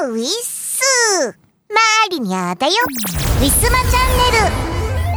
ウィスマリニャだよ。ウィスマチャンネル。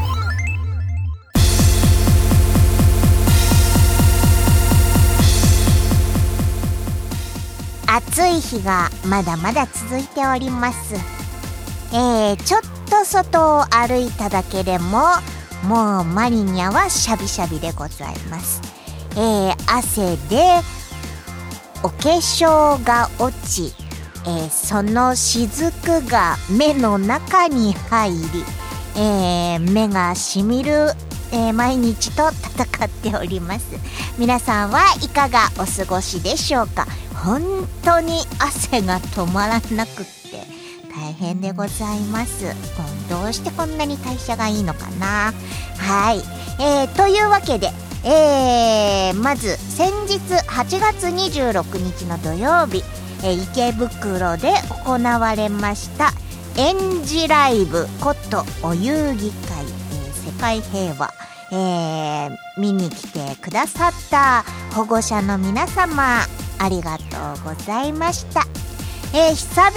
暑い日がまだまだ続いております。ちょっと外を歩いただけでももうマリニャはシャビシャビでございます。汗でお化粧が落ち、その雫が目の中に入り、目がしみる、毎日と戦っております。皆さんはいかがお過ごしでしょうか。本当に汗が止まらなくって大変でございます。どうしてこんなに代謝がいいのかな。はい、というわけで、まず先日8月26日の土曜日、池袋で行われました園児ライブことお遊戯会、世界平和、見に来てくださった保護者の皆様ありがとうございました。久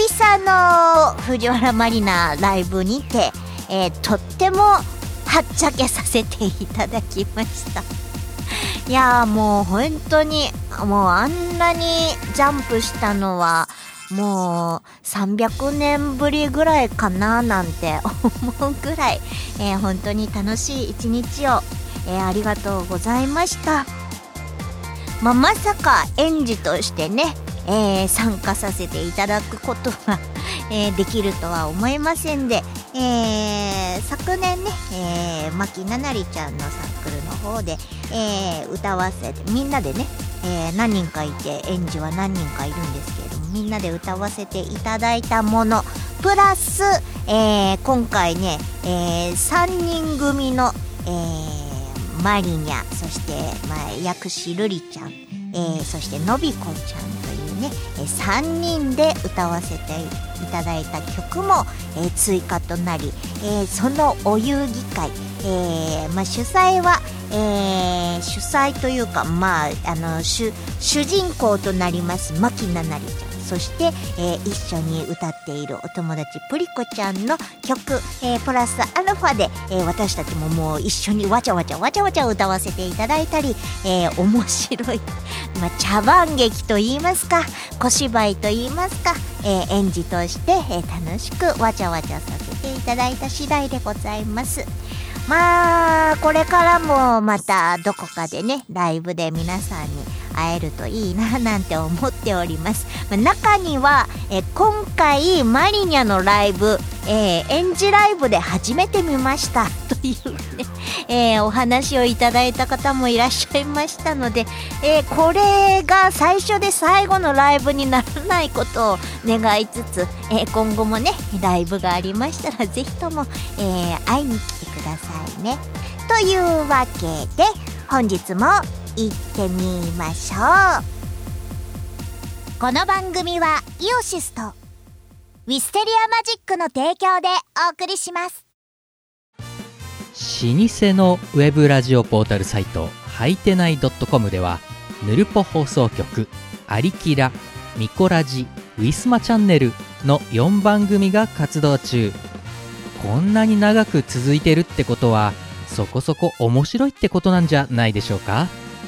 々の藤原マリナライブにて、とってもはっちゃけさせていただきました。いやもう本当にもうあんなにジャンプしたのはもう300年ぶりぐらいかななんて思うぐらい、本当に楽しい一日を、ありがとうございました。まさか園児としてね、参加させていただくことが、できるとは思いませんで、昨年ね、牧ななりちゃんのサークルの方で、歌わせてみんなでね、何人かいて園児は何人かいるんですけれども、みんなで歌わせていただいたものプラス、今回ね、3人組の、マリニャ、そして、薬師瑠璃ちゃん、そしてのびこちゃんというね、3人で歌わせていただいた曲も、追加となり、そのお遊戯会、主催は、主催というか、主人公となります牧ななりちゃん、そして、一緒に歌っているお友達プリコちゃんの曲、プラスアルファで、私たちももう一緒にわちゃわちゃ歌わせていただいたり、面白い、茶番劇と言いますか小芝居と言いますか、演じとして、楽しくわちゃわちゃさせていただいた次第でございます。これからもまたどこかでねライブで皆さんに会えるといいななんて思っております。中には、今回マリニャのライブ、園児ライブで初めて見ましたというね、お話をいただいた方もいらっしゃいましたので、これが最初で最後のライブにならないことを願いつつ、今後もねライブがありましたらぜひとも、会いに来てくださいね。というわけで本日も行ってみましょう。この番組はイオシスとウィステリアマジックの提供でお送りします。 老舗のウェブラジオポータルサイトはいてない .com ではヌルポ放送局、アリキラ、ミコラジ、ウィスマチャンネルの4番組が活動中。こんなに長く続いてるってことはそこそこ面白いってことなんじゃないでしょうか。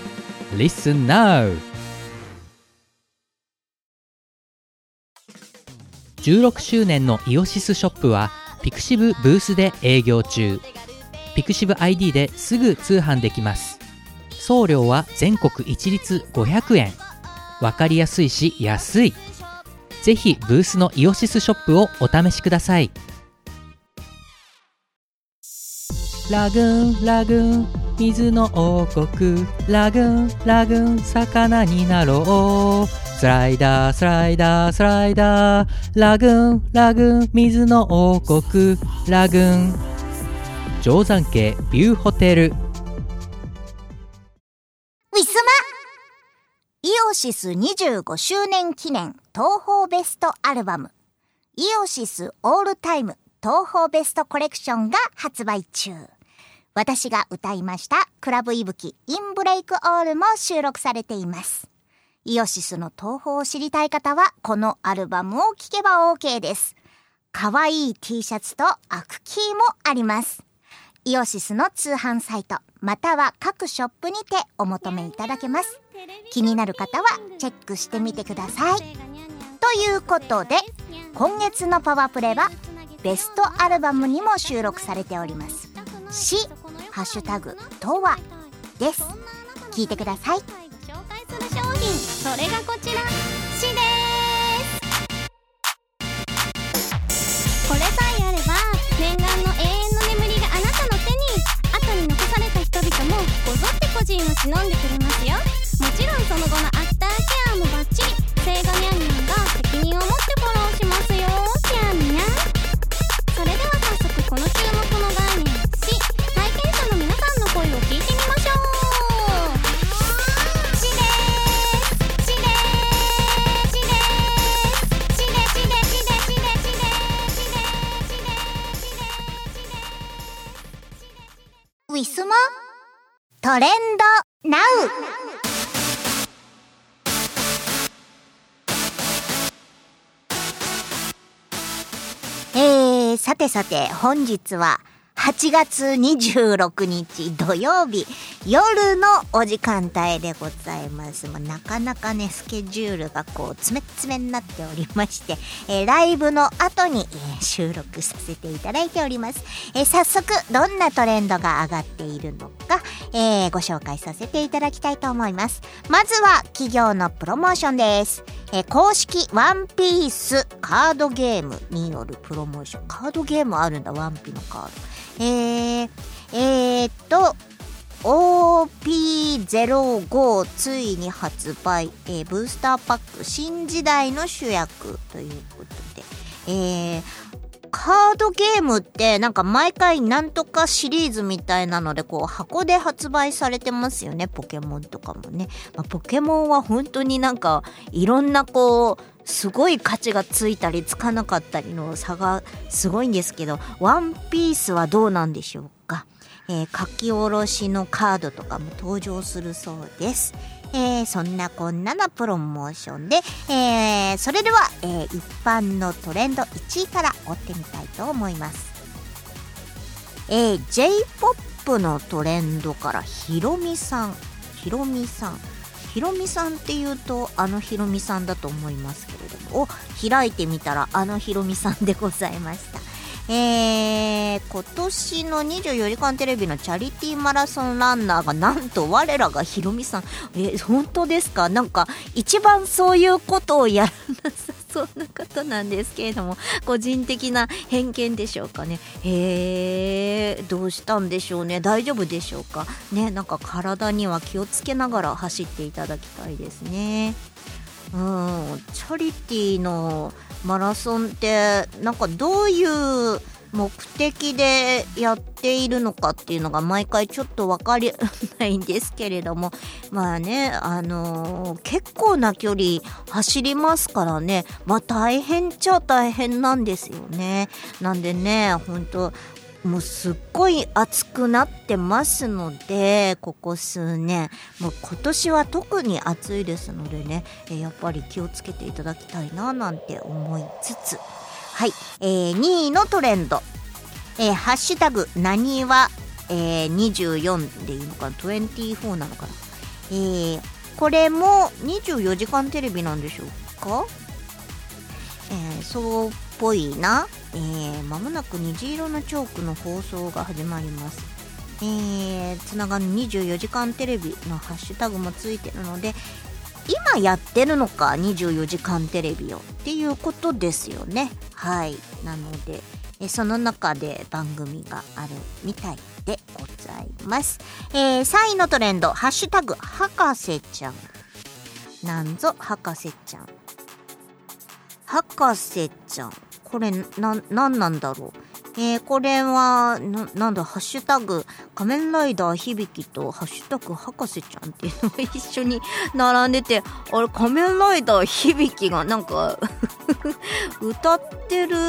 Listen now! 16周年のイオシスショップはピクシブブースで営業中。ピクシブ ID ですぐ通販できます。送料は全国一律500円。わかりやすいし安い。ぜひブースのイオシスショップをお試しください。ラグーンラグーン水の王国、ラグーンラグーン魚になろう、スライダースライダースライダー、ラグーンラグーン水の王国、ラグーン。定山渓ビューホテル。 ウィスマイオシス25周年記念東宝ベストアルバムイオシスオールタイム東宝ベストコレクションが発売中。私が歌いましたクラブいぶきインブレイクオールも収録されています。 イオシスの東宝を知りたい方はこのアルバムを聴けば OK です。かわいい T シャツとアクキーもあります。イオシスの通販サイトまたは各ショップにてお求めいただけます。気になる方はチェックしてみてください。ということで今月のパワープレはベストアルバムにも収録されておりますしハッシュタグとはです。聞いてください。 紹介する商品、それがこちらしです。これさえあれば念願の永遠の眠りがあなたの手に。後に残された人々もこぞって個人を忍んでくれますよ。もちろんその後のアフターケアもバッチリ。生後ニャンニャンが責任を持ってフォローしますよ。ニャンニャン。それでは早速この注目の概念し体験者の皆さんの声を聞いてみましょう。 ウィスマトレンドナウ。さてさて本日は8月26日土曜日夜のお時間帯でございます。なかなかねスケジュールがこう詰め詰めになっておりまして、ライブの後に、収録させていただいております。早速どんなトレンドが上がっているのか、ご紹介させていただきたいと思います。まずは企業のプロモーションです。公式ワンピースカードゲームによるプロモーション。カードゲームあるんだ、ワンピのカード。OP05 ついに発売、ブースターパック新時代の主役ということで、カードゲームってなんか毎回なんとかシリーズみたいなのでこう箱で発売されてますよね。ポケモンとかもね、ポケモンは本当になんかいろんなこうすごい価値がついたりつかなかったりの差がすごいんですけど、ワンピースはどうなんでしょうか。書き下ろしのカードとかも登場するそうです。そんなこんなのプロモーションで、それでは、一般のトレンド1位から追ってみたいと思います。J-POP のトレンドからひろみさんっていうとあのひろみさんだと思いますけれども、開いてみたらあのひろみさんでございました。今年の24時間テレビのチャリティーマラソンランナーがなんと我らがひろみさん。本当ですか。なんか一番そういうことをやらなさそうな方なんですけれども、個人的な偏見でしょうかね。どうしたんでしょうね。大丈夫でしょうかね。なんか体には気をつけながら走っていただきたいですね。チャリティーのマラソンってなんかどういう目的でやっているのかっていうのが毎回ちょっと分かりないんですけれども、まあね、結構な距離走りますからね、大変っちゃ大変なんですよね。なんでね、本当もうすっごい暑くなってますので、ここ数年もう今年は特に暑いですのでね、やっぱり気をつけていただきたいななんて思いつつ、はい、2位のトレンド、ハッシュタグ何は、24でいいのかな、24なのかな、これも24時間テレビなんでしょうか。そうっぽいな。間もなく虹色のチョークの放送が始まります。つながる24時間テレビのハッシュタグもついてるので、今やってるのか24時間テレビをっていうことですよね。はい、なのでその中で番組があるみたいでございます。3位のトレンド、ハッシュタグ博士ちゃん。なんぞ博士ちゃん、博士ちゃん、これなんなんだろう。これはなんだ、ハッシュタグ仮面ライダー響とハッシュタグ博士ちゃんっていうのが一緒に並んでて、あれ仮面ライダー響がなんか歌ってる、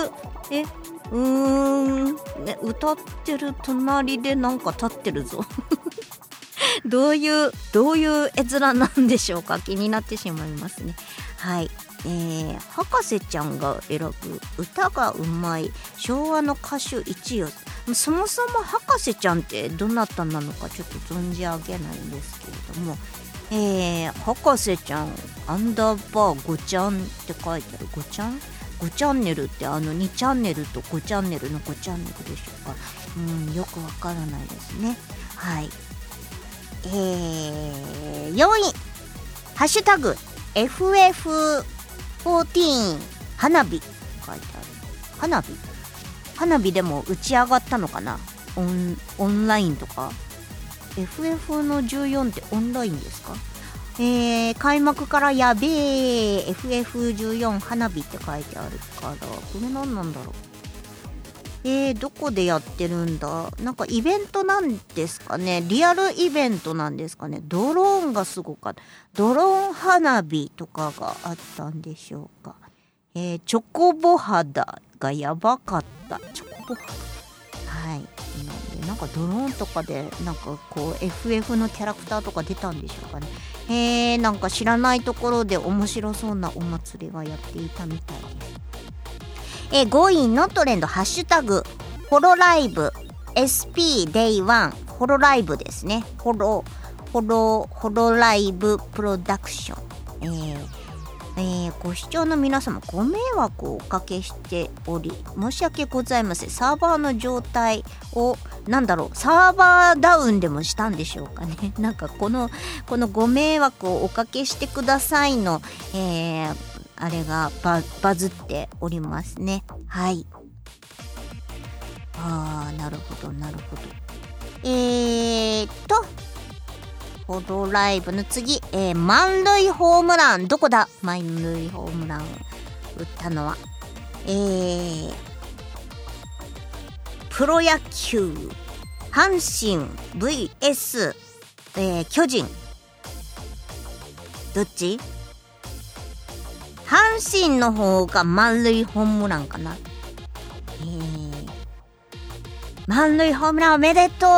歌ってる隣でなんか立ってるぞどういう絵面なんでしょうか。気になってしまいますね。はい。博士ちゃんが選ぶ歌がうまい昭和の歌手1位を、そもそも博士ちゃんってどなたなのかちょっと存じ上げないんですけれども、博士ちゃんアンダーバー5ちゃんって書いてある。5ちゃん5チャンネルって2チャンネルと5チャンネルの5チャンネルでしょうか。よくわからないですね。はい。4位ハッシュタグ FF14 花火書いてある。花火でも打ち上がったのかな。オンラインとか FF の14ってオンラインですか。開幕からやべえ FF14 花火って書いてあるから、これ何なんだろう。どこでやってるんだ。なんかイベントなんですかね。リアルイベントなんですかね。ドローンがすごかった。ドローン花火とかがあったんでしょうか。チョコボ肌がやばかった。チョコボ肌、はい。なんかドローンとかでなんかこう FF のキャラクターとか出たんでしょうかね。なんか知らないところで面白そうなお祭りがやっていたみたいです。5位のトレンドハッシュタグホロライブ SP Day1 ホロライブですね。ホロライブプロダクション。ご視聴の皆様ご迷惑をおかけしており申し訳ございません。サーバーの状態をサーバーダウンでもしたんでしょうかね。なんかこのご迷惑をおかけしてくださいの、あれがバズっておりますね。はい。なるほど。ホロライブの次、満塁ホームラン。どこだ満塁ホームランを打ったのは、プロ野球阪神 vs、巨人。どっち？阪神の方が満塁ホームランかな。満塁ホームランおめでとう。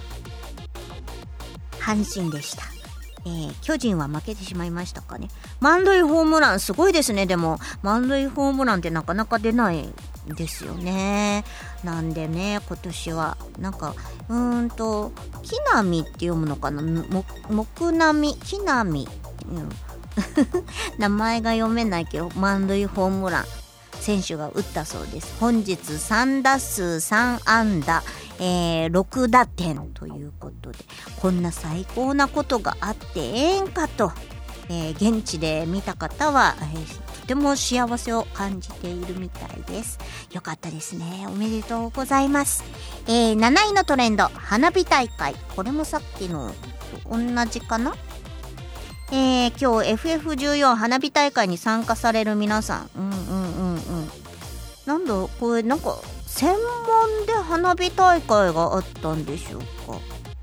阪神でした。巨人は負けてしまいましたかね。満塁ホームランすごいですね。でも満塁ホームランってなかなか出ないですよね。なんでね、今年はなんか木浪って読むのかな。木浪木浪、名前が読めないけど満塁ホームラン選手が打ったそうです。本日3打数3安打、6打点ということで、こんな最高なことがあってええんかと、現地で見た方は、とても幸せを感じているみたいです。よかったですね。おめでとうございます。7位のトレンド花火大会。これもさっきのと同じかな。今日 FF14 花火大会に参加される皆さん、なんだこれ、なんか専門で花火大会があったんでしょうか。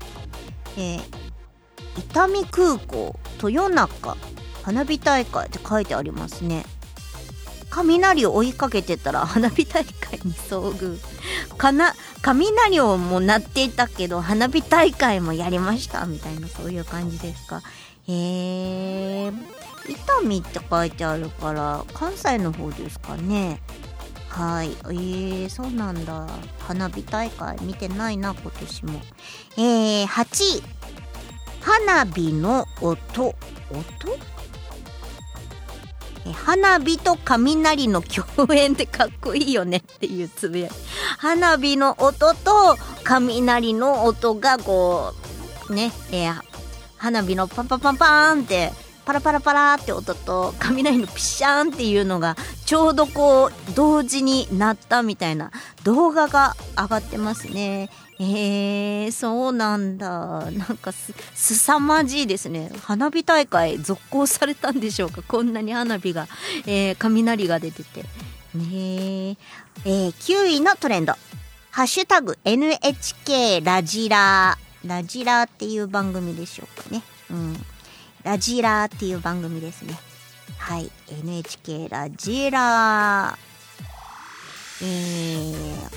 伊丹空港豊中花火大会って書いてありますね。雷を追いかけてたら花火大会に遭遇雷をも鳴っていたけど花火大会もやりましたみたいな、そういう感じですか。伊丹って書いてあるから関西の方ですかね。はい。そうなんだ。花火大会見てないな今年も。8位花火の音花火と雷の共演ってかっこいいよねっていうつぶやき。花火の音と雷の音がこうね、花火のパンパンパンパンってパラパラパラって音と雷のピシャーンっていうのがちょうどこう同時になったみたいな動画が上がってますね。そうなんだ。なんかすさまじいですね。花火大会続行されたんでしょうか。こんなに花火が、雷が出ててね。9位のトレンドハッシュタグ NHK ラジラーっていう番組でしょうかね。ラジラーっていう番組ですね。はい。NHK ラジラー。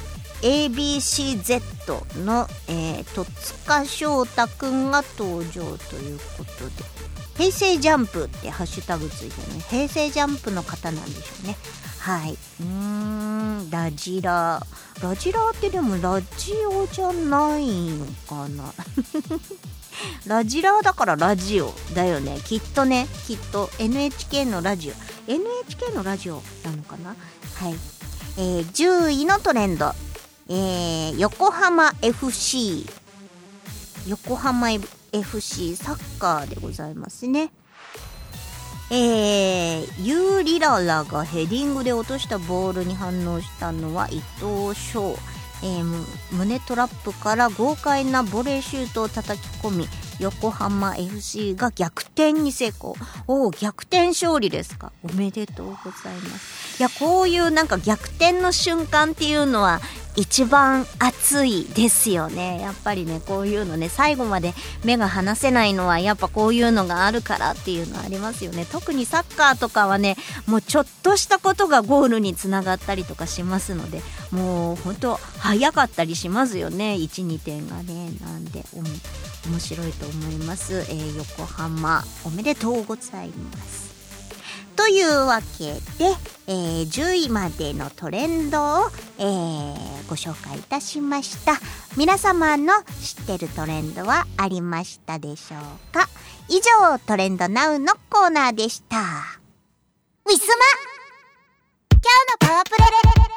ABCZ の、戸塚祥太くんが登場ということで、平成ジャンプってハッシュタグついてるね。平成ジャンプの方なんでしょうね。はい。ラジラってでもラジオじゃないのかなラジラだからラジオだよね、きっとね。きっと NHK のラジオなのかな。はい。10位のトレンド、横浜 FC サッカーでございますね。ユーリララがヘディングで落としたボールに反応したのは伊藤翔。胸トラップから豪快なボレーシュートを叩き込み、横浜 FC が逆転に成功。逆転勝利ですか。おめでとうございます。いや、こういうなんか逆転の瞬間っていうのは一番熱いですよね。やっぱりね、こういうのね、最後まで目が離せないのはやっぱこういうのがあるからっていうのはありますよね。特にサッカーとかはね、もうちょっとしたことがゴールにつながったりとかしますので、もう本当早かったりしますよね、1、2点がね。なんで面白いと思います。横浜おめでとうございます。というわけで、10位までのトレンドを、ご紹介いたしました。皆様の知ってるトレンドはありましたでしょうか。以上、トレンドナウのコーナーでした。ウィスマ、今日のパワプレ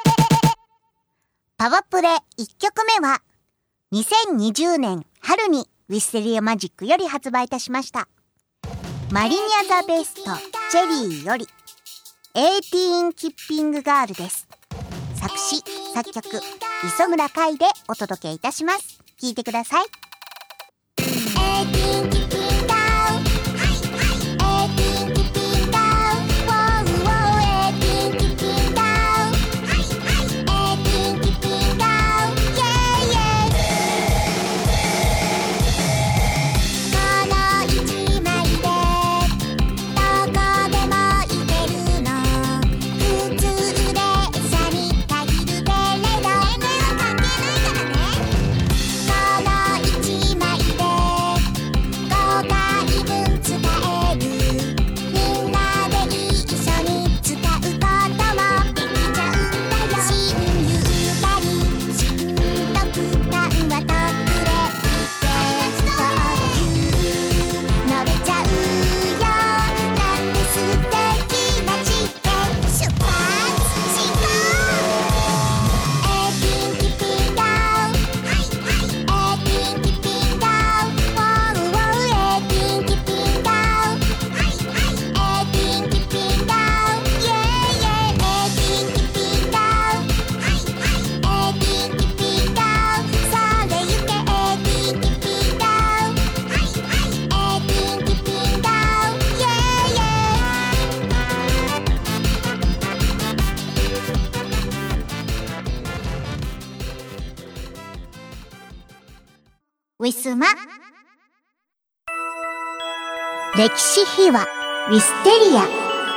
1曲目は2020年春にウィステリアマジックより発売いたしましたマリニャザベストチェリーより18キッピングガールです。作詞作曲磯村海でお届けいたします。聴いてください。ウィスマ歴史秘話ウィステリア。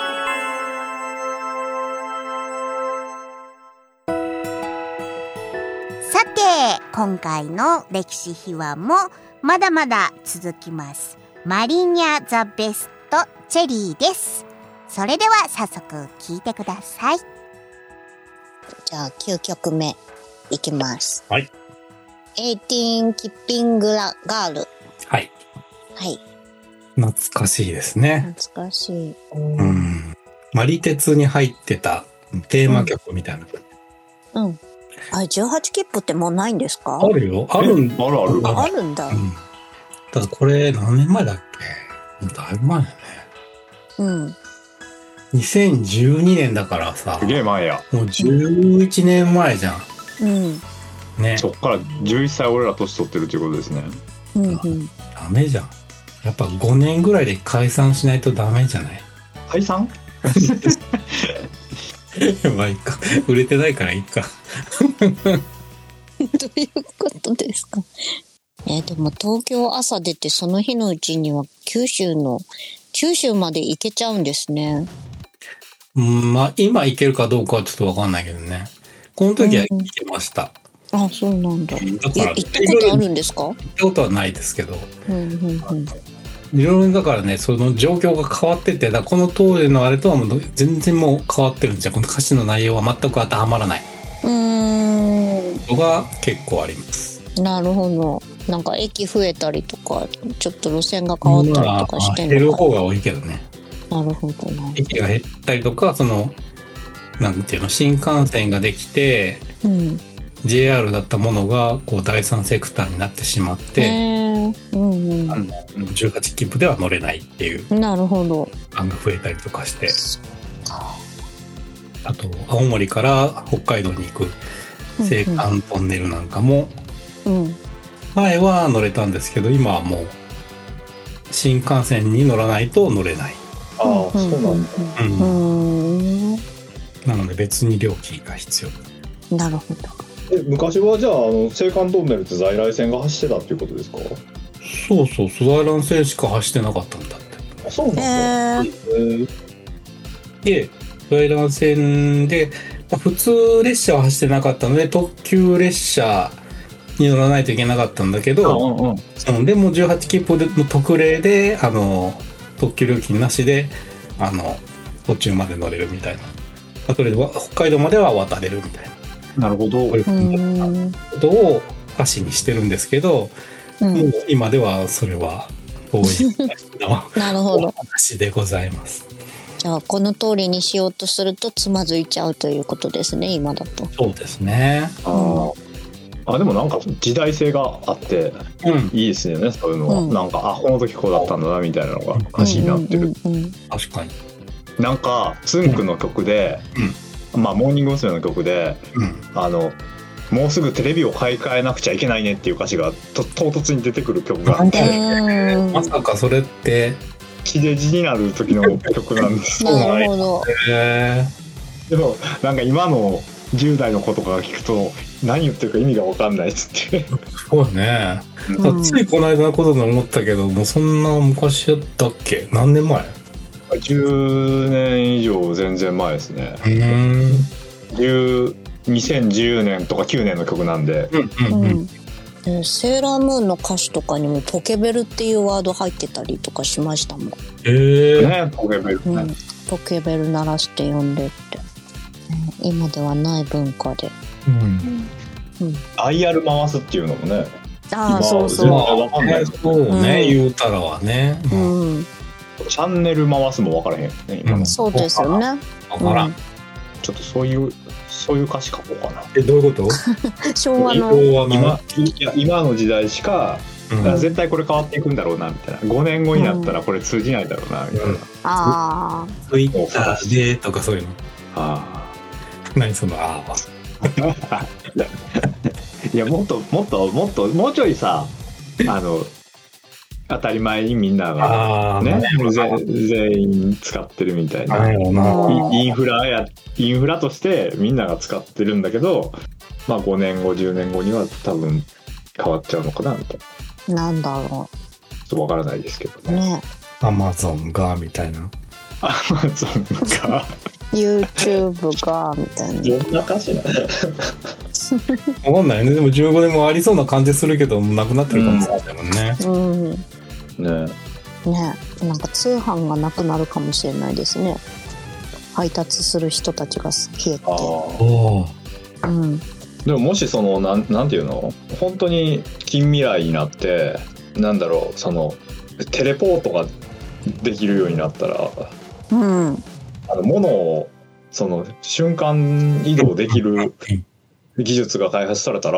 さて、今回の歴史秘話もまだまだ続きます。マリニャザベストチェリーです。それでは早速聞いてください。 じゃあ9曲目いきます。 はい。 18キッピングガール。 はい。 はい。 懐かしいですね。 懐かしい。 マリテツに入ってたテーマ曲みたいな。 うん。あれ、18切符ってもうないんですか？ あるよ。あるんだ。 あるんだ。 ただこれ何年前だっけ？だいぶ前だね。 うん。 2012年だからさ。 すげえ前や。 もう11年前じゃん。 うん。 ね。 そっから11歳俺ら年取ってるっていうことですね。 うんうん。 ダメじゃん。やっぱ5年ぐらいで解散しないとダメじゃない？ 解散？ まあいいか。売れてないからいいか。 どういうことですか？でも東京朝出てその日のうちには九州まで行けちゃうんですね。 まあ今行けるかどうかはちょっとわかんないけどね。この時は行けました。 あ、そうなんだ。 だから行ったことあるんですか？ 行ったことはないですけど、 うんうんいろいろだからね、その状況が変わってて、だからこの当時のあれとはもう全然もう変わってるんですよ。この歌詞の内容は全く当てはまらないのが結構あります。 なるほど。なんか駅増えたりとか、ちょっと路線が変わったりとかして減るのか。 る方が多いけどね。 なるほどな。 駅が減ったりとか、そのなんていうの、新幹線ができて、JR だったものがこう第三セクターになってしまって、18切符では乗れないっていうなるほど案が増えたりとかして、あと青森から北海道に行く青函トンネルなんかも、前は乗れたんですけど、今はもう新幹線に乗らないと乗れない。 ああ、そうなんだ。 なので別に料金が必要。 なるほど。 昔はじゃあ青函トンネルって在来線が走ってたっていうことですか？ そうそう、在来線しか走ってなかったんだって。 あ、そうなんだ。 で、在来線で、普通列車は走ってなかったので特急列車に乗らないといけなかったんだけど、でも18切符での特例で特急料金なしで途中まで乗れるみたいな。それで北海道までは渡れるみたいな。 なるほど。 ことを歌詞にしてるんですけど、もう今ではそれは遠いなるほど。 話でございます。 じゃあこの通りにしようとするとつまずいちゃうということですね、今だと。 そうですね。 でもなんか時代性があっていいですね、そういうのは。なんかこの時こうだったんだなみたいなのが歌詞になってる。 確かに。 なんかつんくの曲で、モーニング娘。の曲で、もうすぐテレビを買い替えなくちゃいけないねっていう歌詞が唐突に出てくる曲があって、 まさかそれって地デジになる時の曲なんですよ。 なるほど。 でもなんか今の10代の子とかが聞くと何言ってるか意味が分かんないっつって。 そうね。ついこの間のことで思ったけど、もうそんな昔やったっけ？何年前 ？10年以上全然前ですね。2010年とか9年の曲なんで。 セーラームーンの歌詞とかにもポケベルっていうワード入ってたりとかしましたもん。 ね、ポケベル、 ポケベル鳴らして呼んでって、今ではない文化で。 IR 回すっていうのもね。 そうそう。 そうね、言うたらはね。 チャンネル回すも分からへんね、今の。 そうですよね。 分からん。ちょっとそういう歌詞書こうかな。 どういうこと？ 昭和の今の時代しか、絶対これ変わっていくんだろうなみたいな。5年後になったらこれ通じないだろうなみたいな。 ツイッターでとかそういうの。何そのいやもうちょいさ、当たり前にみんながね、全員使ってるみたいな。インフラとしてみんなが使ってるんだけど、5年後10年後には多分変わっちゃうのかなみたいな。 なんだろう。 ちょっとわからないですけどね。 アマゾンがみたいな。 アマゾンが。 YouTube がみたいな。 どんな歌詞なの？ わかんないね。でも15年もありそうな感じするけど、なくなってるかもしれないもんね。 なんか通販がなくなるかもしれないですね。配達する人たちが消えて。 でももしそのなんていうの、本当に近未来になって、なんだろう、そのテレポートができるようになったら、物をその瞬間移動できる技術が開発されたら、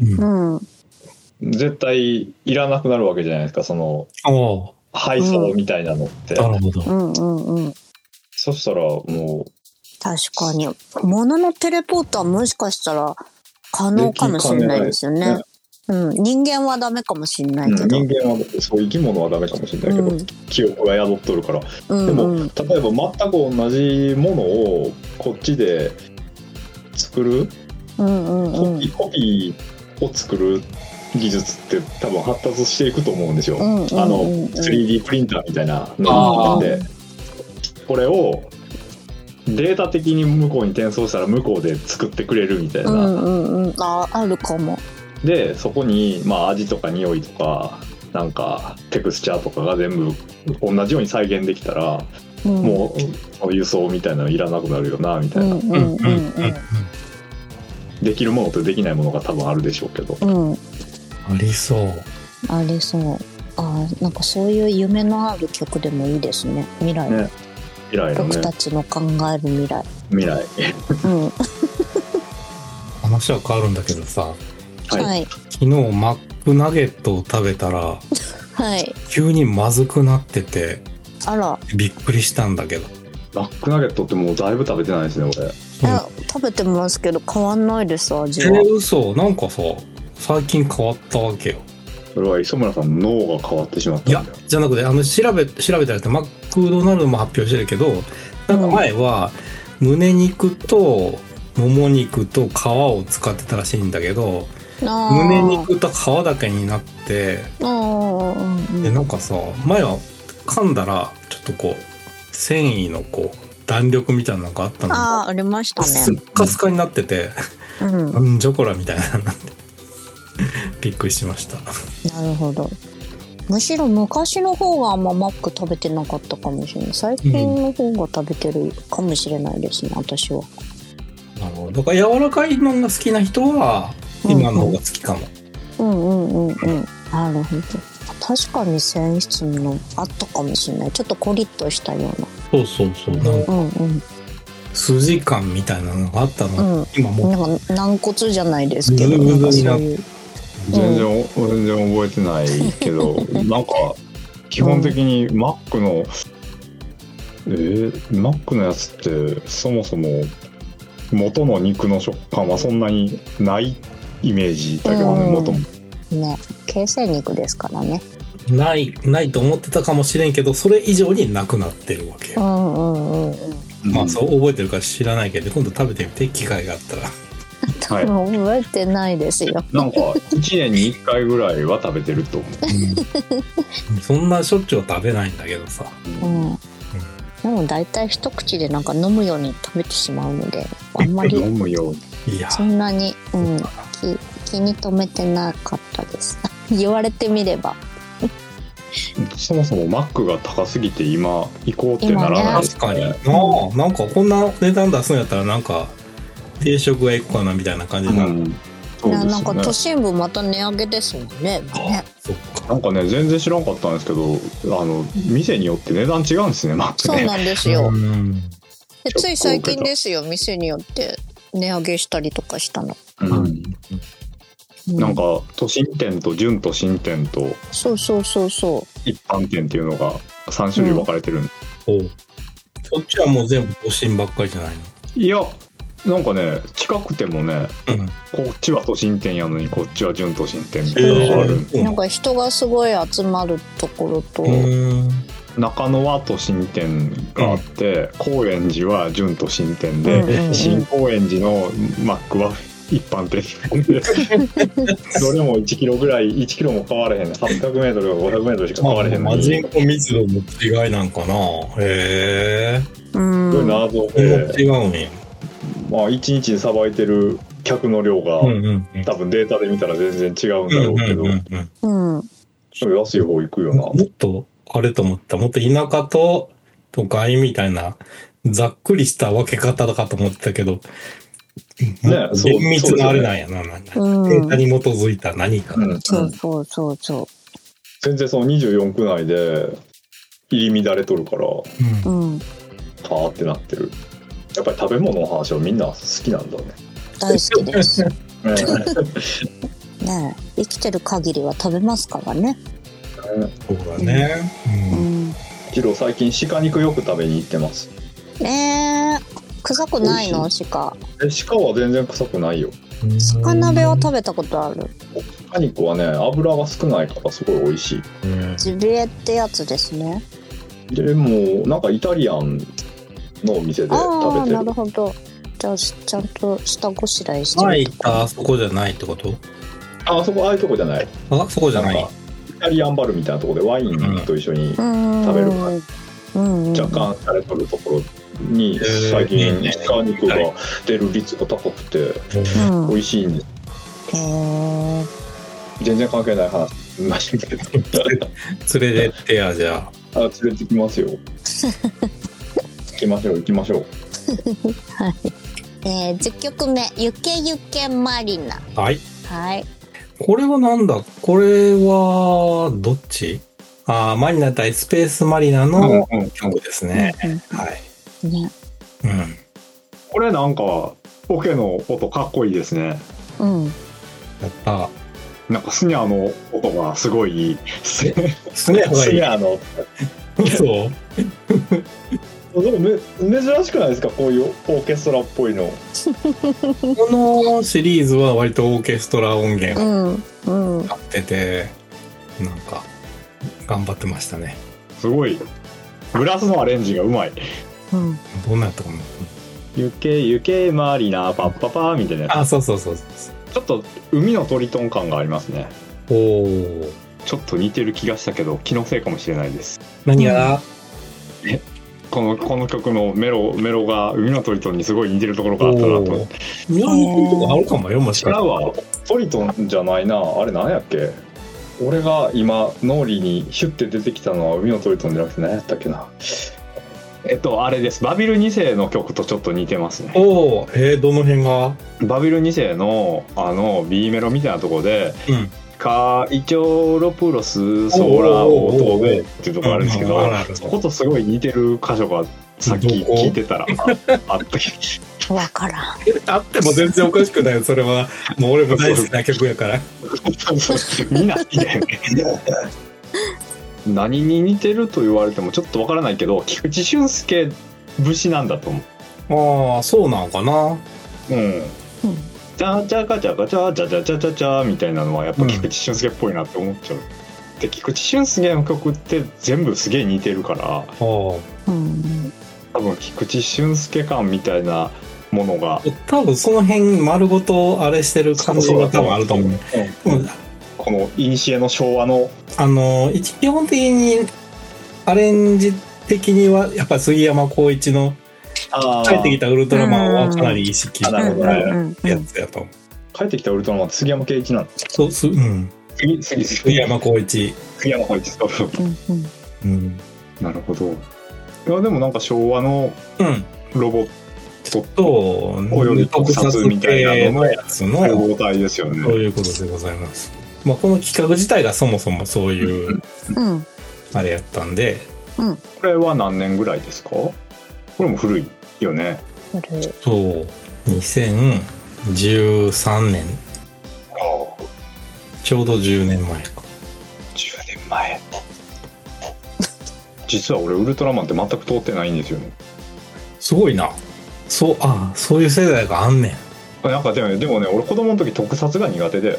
絶対いらなくなるわけじゃないですか、その配送みたいなのって。 なるほど。 そしたらもう確かに物のテレポートはもしかしたら可能かもしれないですよね。人間はダメかもしれないけど、 人間はそう生き物はダメかもしれないけど、記憶が宿っとるから。でも例えば全く同じものをこっちで作る、コピーを作る技術って多分発達していくと思うんですよ。3D プリンターみたいなのがあって、これをデータ的に向こうに転送したら向こうで作ってくれるみたいな、 あるかも。 でそこにまあ味とか匂いとかなんかテクスチャーとかが全部同じように再現できたら、もう輸送みたいなのいらなくなるよなみたいな、できるものとできないものが多分あるでしょうけど、 ありそう。 ありそう。なんかそういう夢のある曲でもいいですね。未来、ね、 未来のね、 僕たちの考える未来。 未来。 話は変わるんだけどさ、 はい、 昨日マックナゲットを食べたら、 はい、 急にまずくなってて、 あら、 びっくりしたんだけど。 マックナゲットってもうだいぶ食べてないですね俺。 いや食べてますけど変わんないです味は。 嘘、なんかさ最近変わったわけよ。 それは磯村さんの脳が変わってしまったんだよ。 いやじゃなくて調べたらってマクドナルドも発表してるけど、なんか前は胸肉ともも肉と皮を使ってたらしいんだけど、胸肉と皮だけになって、でなんかさ前は噛んだらちょっとこう繊維のこう弾力みたいなのがあったのがありましたね。 スッカスカになってて、なんじゃこらみたいなのってびっくりしました。 なるほど。むしろ昔の方があんまマック食べてなかったかもしれない。最近の方が食べてるかもしれないですね、私は。 なるほど。だから柔らかいのが好きな人は今の方が好きかも。なるほど。確かに繊維質のあったかもしれない。ちょっとコリッとしたような。そうなんか、筋感みたいなのがあったの、今もうなんか軟骨じゃないですけど、なんかそういう全然覚えてないけどなんか基本的にマックのマックのやつってそもそも元の肉の食感はそんなにないイメージだけどね、元もね、形成肉ですからね。 ないと思ってたかもしれんけど、それ以上になくなってるわけよ。まあそう覚えてるか知らないけど、今度食べてみて機会があったら。 多分覚えてないですよ。 なんか1年に1回ぐらいは食べてると思う、そんなしょっちゅうは食べないんだけどさ、 でも大体一口でなんか飲むように食べてしまうので、あんまり飲むようにそんなに、気に留めてなかったです言われてみれば。 そもそもマックが高すぎて今行こうってならないですかね。 なんかこんな値段出すんやったらなんか定食屋行こうかなみたいな感じになる。 なんか都心部また値上げですもんね。 なんかね全然知らんかったんですけど、店によって値段違うんですね、マックね。 そうなんですよ。でつい最近ですよ、店によって値上げしたりとかしたの。 なんか都心店と準都心店とそう一般店っていうのが3種類分かれてるんで、 そっちはもう全部都心ばっかりじゃないの？ いやなんかね近くてもね、こっちは都心店やのにこっちは準都心店みたいなのがある。 なんか人がすごい集まるところと、 中野は都心店があって、高円寺は準都心店で、新高円寺のマックは一般店どれも1キロぐらい、1キロも変われへん、800メートルか500メートルしか変われへんのに、 人口密度の違いなんかな。へえ。 すごい謎で違うんや。 まあ1日にさばいてる客の量が、多分データで見たら全然違うんだろうけど、安い方行くよな。 もっとあれと思った、もっと田舎と都会みたいなざっくりした分け方だかと思ってたけど、厳密なあれなんやな、データに基づいた何か。 そう。 全然その24区内で入り乱れとるから、はーってなってる。やっぱり食べ物の話はみんな好きなんだね。 大好きですねえ、生きてる限りは食べますからね。 そうだね。 キロ最近鹿肉よく食べに行ってます。 臭くないの？鹿は全然臭くないよ。 鹿鍋は食べたことある。 鹿肉はね油が少ないからすごい美味しい。 ジビエってやつですね。 でもなんかイタリアンのお店で食べてる。 なるほど。じゃあちゃんと下ごしらえしてるとか。 あそこじゃないってこと？ あそあいうとこじゃない。 そこじゃない。 イタリアンバルみたいなところでワインと一緒に食べるから、若干されとるところに最近鹿肉が出る率が高くて美味しいんです。全然関係ない話ましたけど連れてってや、じゃあ。 連れてきますよ。行きましょう。 はい。10曲目、ゆけゆけマリナ。 はい。 はい。 これはなんだ？これはどっち？マリナ対スペースマリナの曲ですね。はい。ね。うん。 これなんかオケの音かっこいいですね。 うん。 やった。 なんかスニャーの音がすごいいい。スニャーの。そう。でも珍しくないですか、こういうオーケストラっぽいの。 このシリーズは割とオーケストラ音源を使ってて、なんか頑張ってましたね。 すごいグラスのアレンジがうまい。 どんなやったかな。 ゆけゆけマリナパッパパーみたいなやつ。 そう。ちょっと海のトリトン感がありますね。ちょっと似てる気がしたけど気のせいかもしれないです。 何が？ この曲のメロが海のトリトンにすごい似てるところがあったなと。 海のトリトンあるかもよ、もしかしたら。 違うわ、トリトンじゃないな。あれ何やっけ。俺が今脳裏にシュッて出てきたのは海のトリトンじゃなくて何やったっけな。あれです。バビル2世の曲とちょっと似てますね。 どの辺が？ バビル2世のB メロみたいなところで、カイチョロプロスソーラーオートベっていうところあるんですけど、そことすごい似てる箇所がさっき聞いてたらあったけど。わからん。 あっても全然おかしくない。それはもう俺も大好きな曲やから。 みんな好きだよね。何に似てると言われてもちょっとわからないけど、菊池俊介節なんだと思う。 そうなのかな。 チャチャカチャカチャチャチャチャチャチャみたいなのはやっぱ菊池俊介っぽいなって思っちゃう。で菊池俊介の曲って全部すげえ似てるから、多分菊池俊介感みたいなものが多分その辺丸ごとあれしてる感じが多分あると思う。 この古の昭和の基本的にアレンジ的にはやっぱ杉山浩一の帰ってきたウルトラマンはかなり意識したやつやと思う。 帰ってきたウルトラマンって杉山圭一なの？ そう、杉山浩一。 杉山浩一、そう。なるほど。いやでもなんか昭和のロボットとおよび特撮みたいなののやつの複合体ですよね。 そういうことでございます。この企画自体がそもそもそういうあれやったんで。 これは何年ぐらいですか？これも古いよね。 そう、2013年。ちょうど10年前か。 10年前。実は俺ウルトラマンって全く通ってないんですよね。すごいな。そういう世代があんねん。 なんかでもね、俺子供の時特撮が苦手で。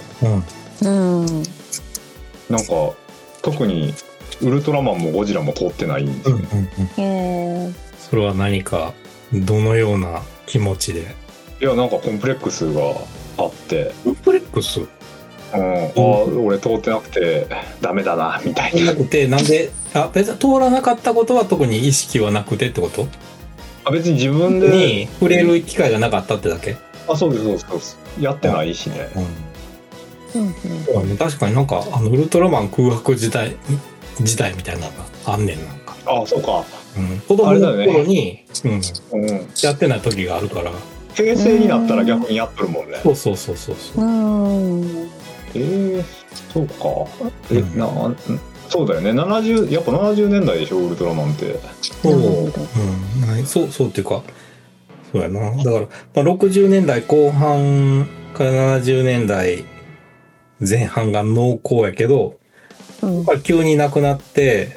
なんか特にウルトラマンもゴジラも通ってないんですよね。 それは何かどのような気持ちで？ いやなんかコンプレックスがあって。 コンプレックス？ 俺通ってなくてダメだなみたいな。 なんで別に通らなかったことは特に意識はなくてってこと？ 別に自分でに触れる機会がなかったってだけ？ そうですやってないしね。 確かになんかウルトラマン空白時代みたいなのがあんねんなんか。 そうか。 子供の頃にやってない時があるから。 平成になったら逆にやっとるもんね。 そう。 そうか。そうだよね。やっぱ70年代でしょウルトラマンって。 そうっていうか、そうやな。だから60年代後半から70年代前半が濃厚やけど、急になくなって、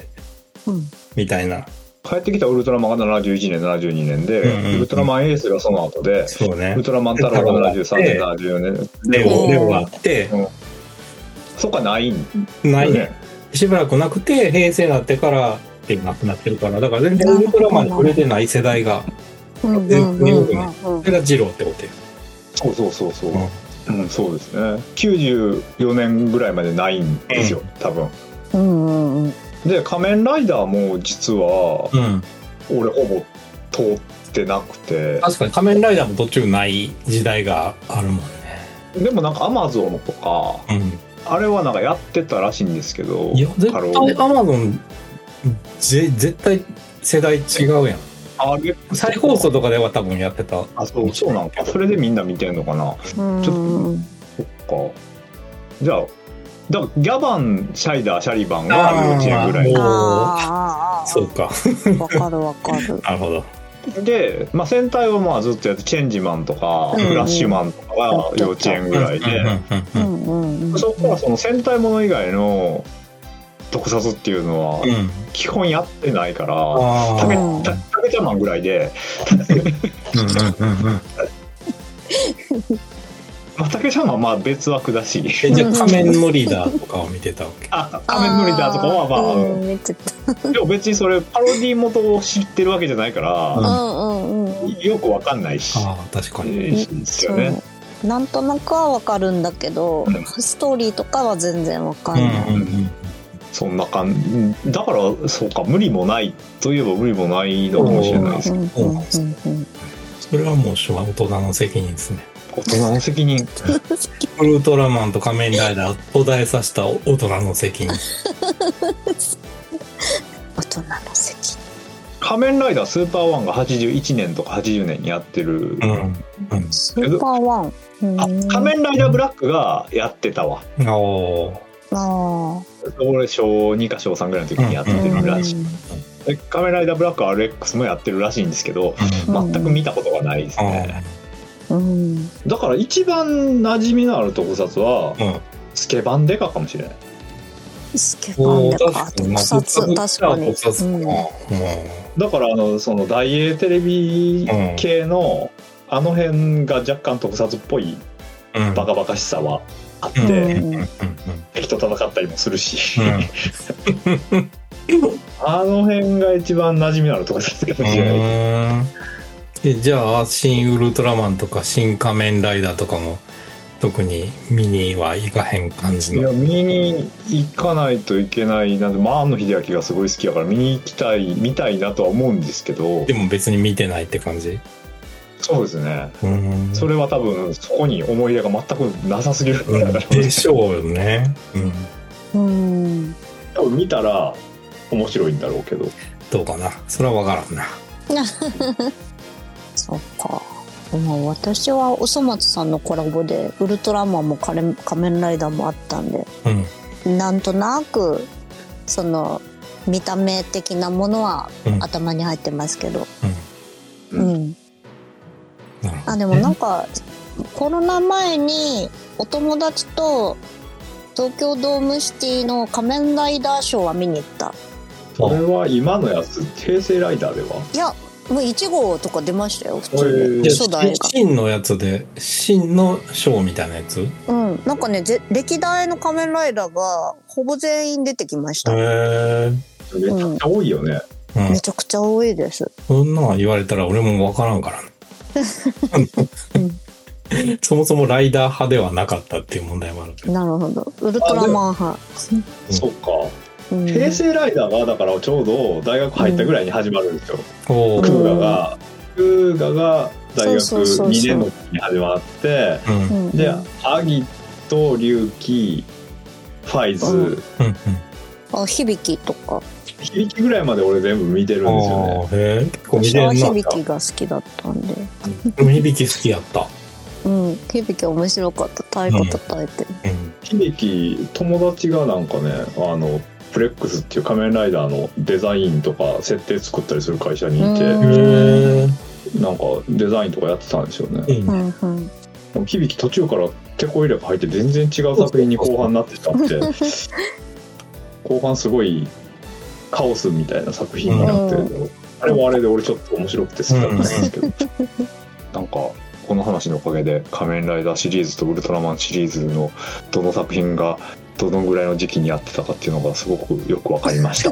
みたいな。 帰ってきたウルトラマンが71年72年で、ウルトラマンエースがその後で、 そうね、 ウルトラマン太郎が73年74年レオがあって、 そっかないね。 しばらくなくて平成になってからってなくなってるから、だから全然ウルトラマンに触れてない世代が全然多くね。それがジローってことよ。 そうそうですね。94年ぐらいまでないんですよ、多分。で仮面ライダーも実は、俺ほぼ通ってなくて。 確かに仮面ライダーも途中ない時代があるもんね。 でもなんかアマゾンとか、あれはなんかやってたらしいんですけど。 いや絶対アマゾン絶対世代違うやん。再放送とかでは多分やってた。 そうなんか。それでみんな見てんのかな。ちょっとそっか。じゃあだからギャバン、シャイダー、シャリバンは幼稚園ぐらい。 そうか。 わかるわかる。 なるほど。 で、まあ、戦隊はまあずっとやってチェンジマンとか、フラッシュマンとかは幼稚園ぐらいで、そこからその戦隊もの以外の特撮っていうのは基本やってないから、タケちゃんマンぐらいで。竹ちゃんはまあ別枠だし。 じゃあ仮面のリーダーとかを見てたわけ。 仮面のリーダーとかはまあ、でも別にそれパロディ元を知ってるわけじゃないから、よくわかんないし。 確かにですよね。 なんとなくはわかるんだけど、ストーリーとかは全然わかんない。 そんな感じだから、そうか、無理もないといえば無理もないのかもしれないですけど、 それはもう大人の責任ですね。 大人の責任。 ウルトラマンと仮面ライダー途絶えさせた大人の責任。 大人の責任。 仮面ライダースーパーワンが81年とか80年にやってる。 スーパーワン。 仮面ライダーブラックがやってたわ。俺小2か小3ぐらいの時にやってるらしい。仮面ライダーブラック RX もやってるらしいんですけど、全く見たことがないですね。だから一番馴染みのある特撮は、スケバンデカかもしれない。 スケバンデカ特撮、確かに。 だからその大英テレビ系のあの辺が若干特撮っぽいバカバカしさはあって、敵と戦ったりもするし、あの辺が一番馴染みのある特撮かもしれない。 じゃあ新ウルトラマンとか新仮面ライダーとかも特に見には行かへん感じの。 いや、見に行かないといけない。なんで庵野秀明がすごい好きだから見に行きたい、見たいなとは思うんですけど、 でも別に見てないって感じ。 そうですね。それは多分そこに思い入れが全くなさすぎるでしょうよね。 多分見たら面白いんだろうけど、 どうかな、それは分からんな。 そっか。私はおそ松さんのコラボでウルトラマンも仮面ライダーもあったんで、なんとなくその見た目的なものは頭に入ってますけど、でもなんかコロナ前にお友達と東京ドームシティの仮面ライダーショーは見に行った。 それは今のやつ、平成ライダーでは？ いや、もう1号とか出ましたよ、普通に。初代が新のやつで、新のショーみたいなやつ。 なんかね、歴代の仮面ライダーがほぼ全員出てきました。 めちゃくちゃ多いよね。 めちゃくちゃ多いです。 そんなの言われたら俺も分からんからそもそもライダー派ではなかったっていう問題もある。 なるほど。ウルトラマン派。 そうか。平成ライダーがだからちょうど大学入ったぐらいに始まるんですよ。クーガが大学2年の時に始まって、でアギと龍騎、ファイズ、 響とか。 響ぐらいまで俺全部見てるんですよね。 結構見てるな。響が好きだったんで。 響好きやった。 響面白かった。太鼓叩いて。 響友達がなんかね、プレックスっていう仮面ライダーのデザインとか設定作ったりする会社にいて、なんかデザインとかやってたんですよね。響途中からテこ入れが入って全然違う作品に後半になってたんで後半すごいカオスみたいな作品になって、あれはあれで俺ちょっと面白くて好きだったんですけどなんかこの話のおかげで仮面ライダーシリーズとウルトラマンシリーズのどの作品がどのぐらいの時期にやってたかっていうのがすごくよく分かりました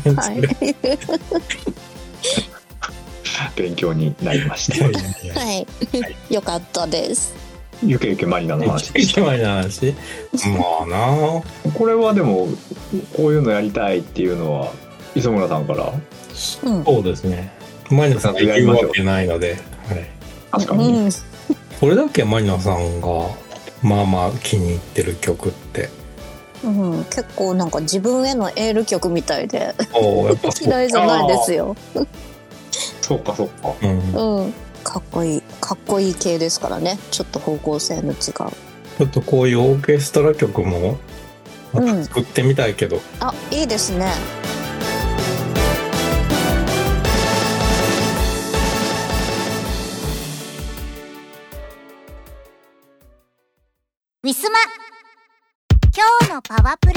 勉強になりましたはい、よかったです。 ゆけゆけマリナの話でした。 ゆけゆけマリナの話まあな、 これはでもこういうのやりたいっていうのは磯村さんから、 そうですね、 マリナさんが言うわけないので、はい、これだけマリナさんがまあまあ気に入ってる曲って、 結構なんか自分へのエール曲みたいでやっぱ嫌いじゃないですよ。 そうかそうか、 かっこいい系ですからね。ちょっと方向性の違う、ちょっとこういうオーケストラ曲も作ってみたいけど、 いいですね。 ウィスマ今日のパワプレ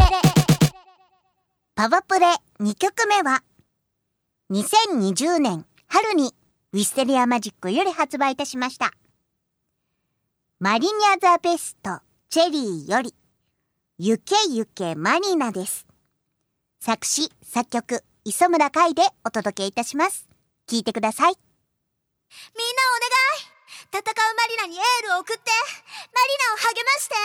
2曲目は2020年春にウィステリアマジックより発売いたしましたマリニャザベストチェリーよりゆけゆけマニナです。作詞作曲磯村海でお届けいたします。聴いてください。みんなお願い、戦うマリナにエールを送ってマリナを励まして。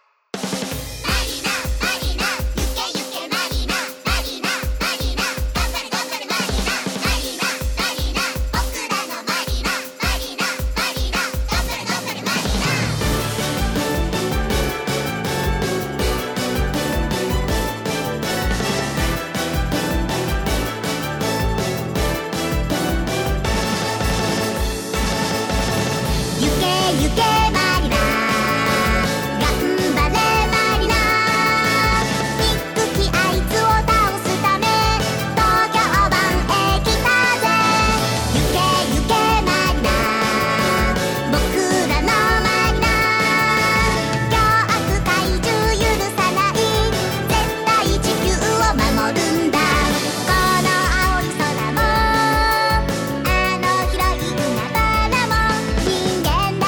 ゆけマリナ頑張れマリナ憎きあいつを倒すため東京湾へ来たぜ。ゆけゆけマリナ僕らのマリナ凶悪怪獣許さない絶対地球を守るんだ。この青い空もあの広い海原も人間だ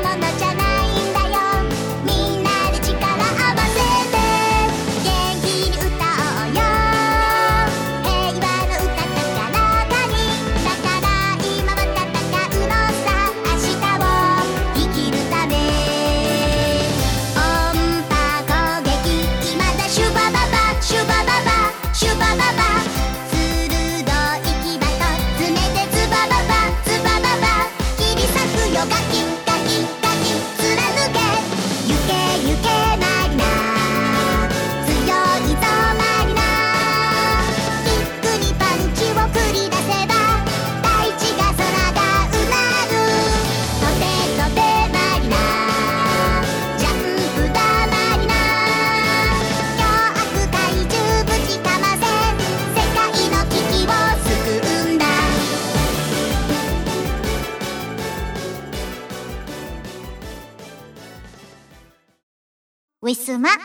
ウィスマ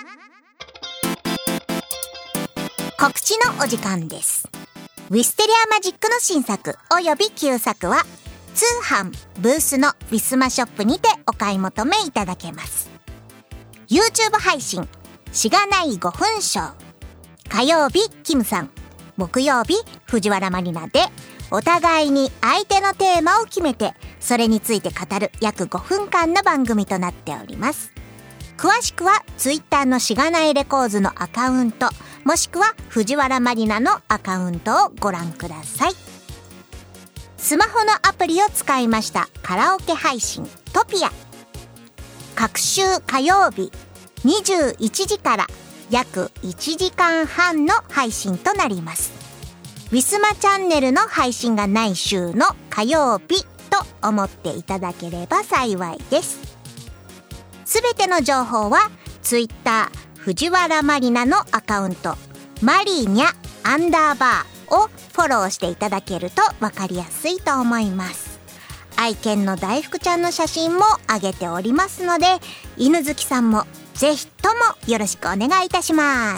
告知のお時間です。ウィステリアマジックの新作および旧作は通販ブースのウィスマショップにてお買い求めいただけます。 YouTube 配信しがない5分ショー、火曜日キムさん、木曜日藤原マリナでお互いに相手のテーマを決めてそれについて語る約5分間の番組となっております。詳しくは Twitter のしがないレコーズのアカウントもしくは藤原マリナのアカウントをご覧ください。スマホのアプリを使いましたカラオケ配信トピア、各週火曜日21時から約1時間半の配信となります。ウィスマチャンネルの配信がない週の火曜日と思っていただければ幸いです。すべての情報はツイッター藤原マリナのアカウントマリニャ_をフォローしていただけると分かりやすいと思います。愛犬の大福ちゃんの写真も上げておりますので、犬好きさんもぜひともよろしくお願いいたします。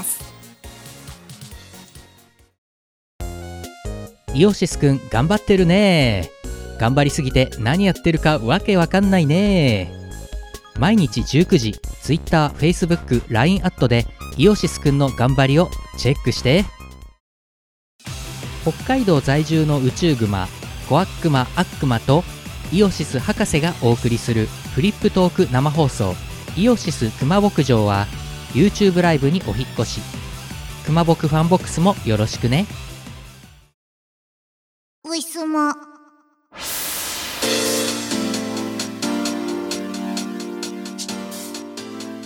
イオシスくん頑張ってるね。頑張りすぎて何やってるかわけわかんないね。毎日19時 Twitter、Facebook、LINE アットでイオシスくんの頑張りをチェックして。北海道在住の宇宙グマコアックマアックマとイオシス博士がお送りするフリップトーク生放送イオシス熊牧場は YouTube ライブにお引っ越し。熊牧ファンボックスもよろしくね。 ウィスマ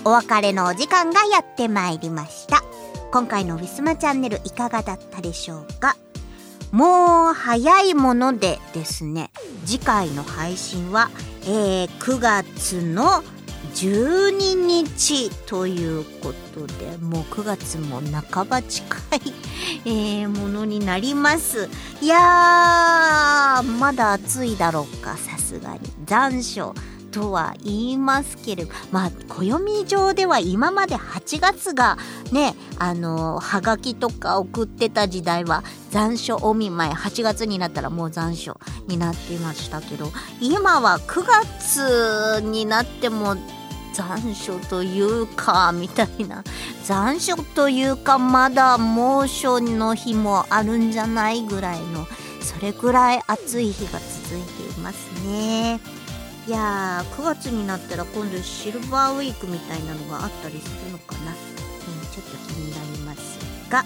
お別れのお時間がやってまいりました。今回のウィスマチャンネルいかがだったでしょうか。もう早いものでですね、次回の配信は、9月の12日ということで、もう9月も半ば近い、ものになります。いやー、まだ暑いだろうか、さすがに残暑とは言いますけれど、まあ暦上では今まで8月がね、はがきとか送ってた時代は残暑お見舞い、8月になったらもう残暑になっていましたけど、今は9月になっても残暑というかみたいな、残暑というかまだ猛暑の日もあるんじゃないぐらいの、それぐらい暑い日が続いていますね。いやー、9月になったら今度シルバーウィークみたいなのがあったりするのかな、ちょっと気になりますが、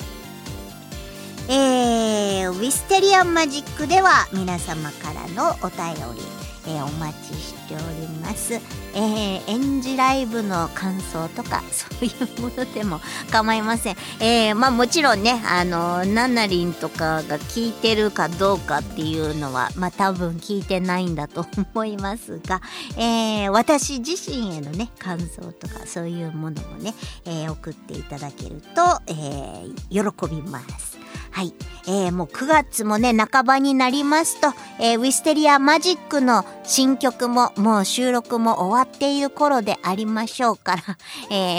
ウィステリアンマジックでは皆様からのお便り、お待ちしております。演じライブの感想とかそういうものでも構いません。まあもちろんね、ナナリンとかが聞いてるかどうかっていうのはまあ多分聞いてないんだと思いますが、私自身へのね感想とかそういうものもね、送っていただけると、喜びます。はい、もう9月もね半ばになりますと、ウィステリアマジックの新曲ももう収録も終わっている頃でありましょうから、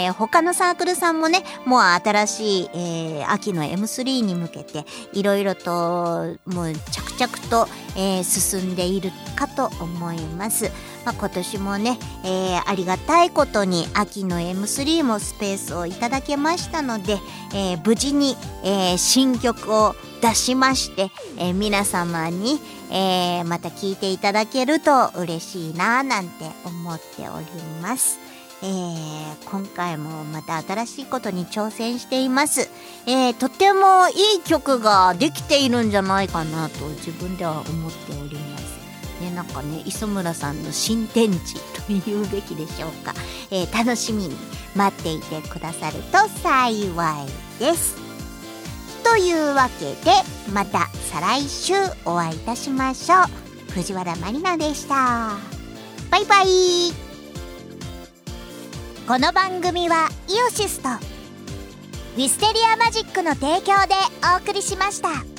他のサークルさんもねもう新しい、秋の M3 に向けていろいろともう着々と、進んでいるかと思います。まあ、今年もね、ありがたいことに秋の M3 もスペースをいただけましたので、無事に、新曲を出しまして、皆様に、また聴いていただけると嬉しいななんて思っております。今回もまた新しいことに挑戦しています。とてもいい曲ができているんじゃないかなと自分では思っております。なんかね、磯村さんの新天地というべきでしょうか。楽しみに待っていてくださると幸いです。というわけでまた再来週お会いいたしましょう。藤原まりなでした。バイバイ。この番組はイオシスとウィステリアマジックの提供でお送りしました。